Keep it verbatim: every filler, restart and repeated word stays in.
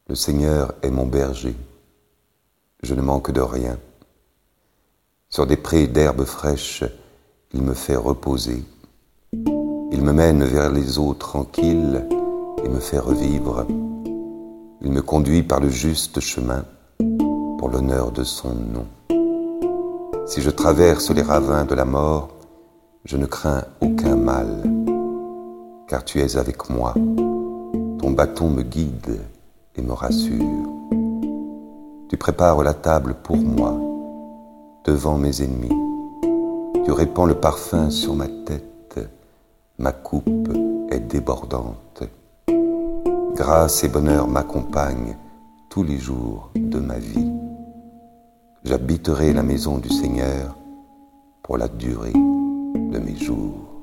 Le Seigneur est mon berger, je ne manque de rien. Sur des prés d'herbes fraîches, il me fait reposer. Il me mène vers les eaux tranquilles et me fait revivre. Il me conduit par le juste chemin pour l'honneur de son nom. Si je traverse les ravins de la mort, je ne crains aucun mal, car tu es avec moi. Ton bâton me guide et me rassure. Tu prépares la table pour moi, devant mes ennemis. Tu répands le parfum sur ma tête, ma coupe est débordante. Grâce et bonheur m'accompagnent tous les jours de ma vie. J'habiterai la maison du Seigneur pour la durée de mes jours.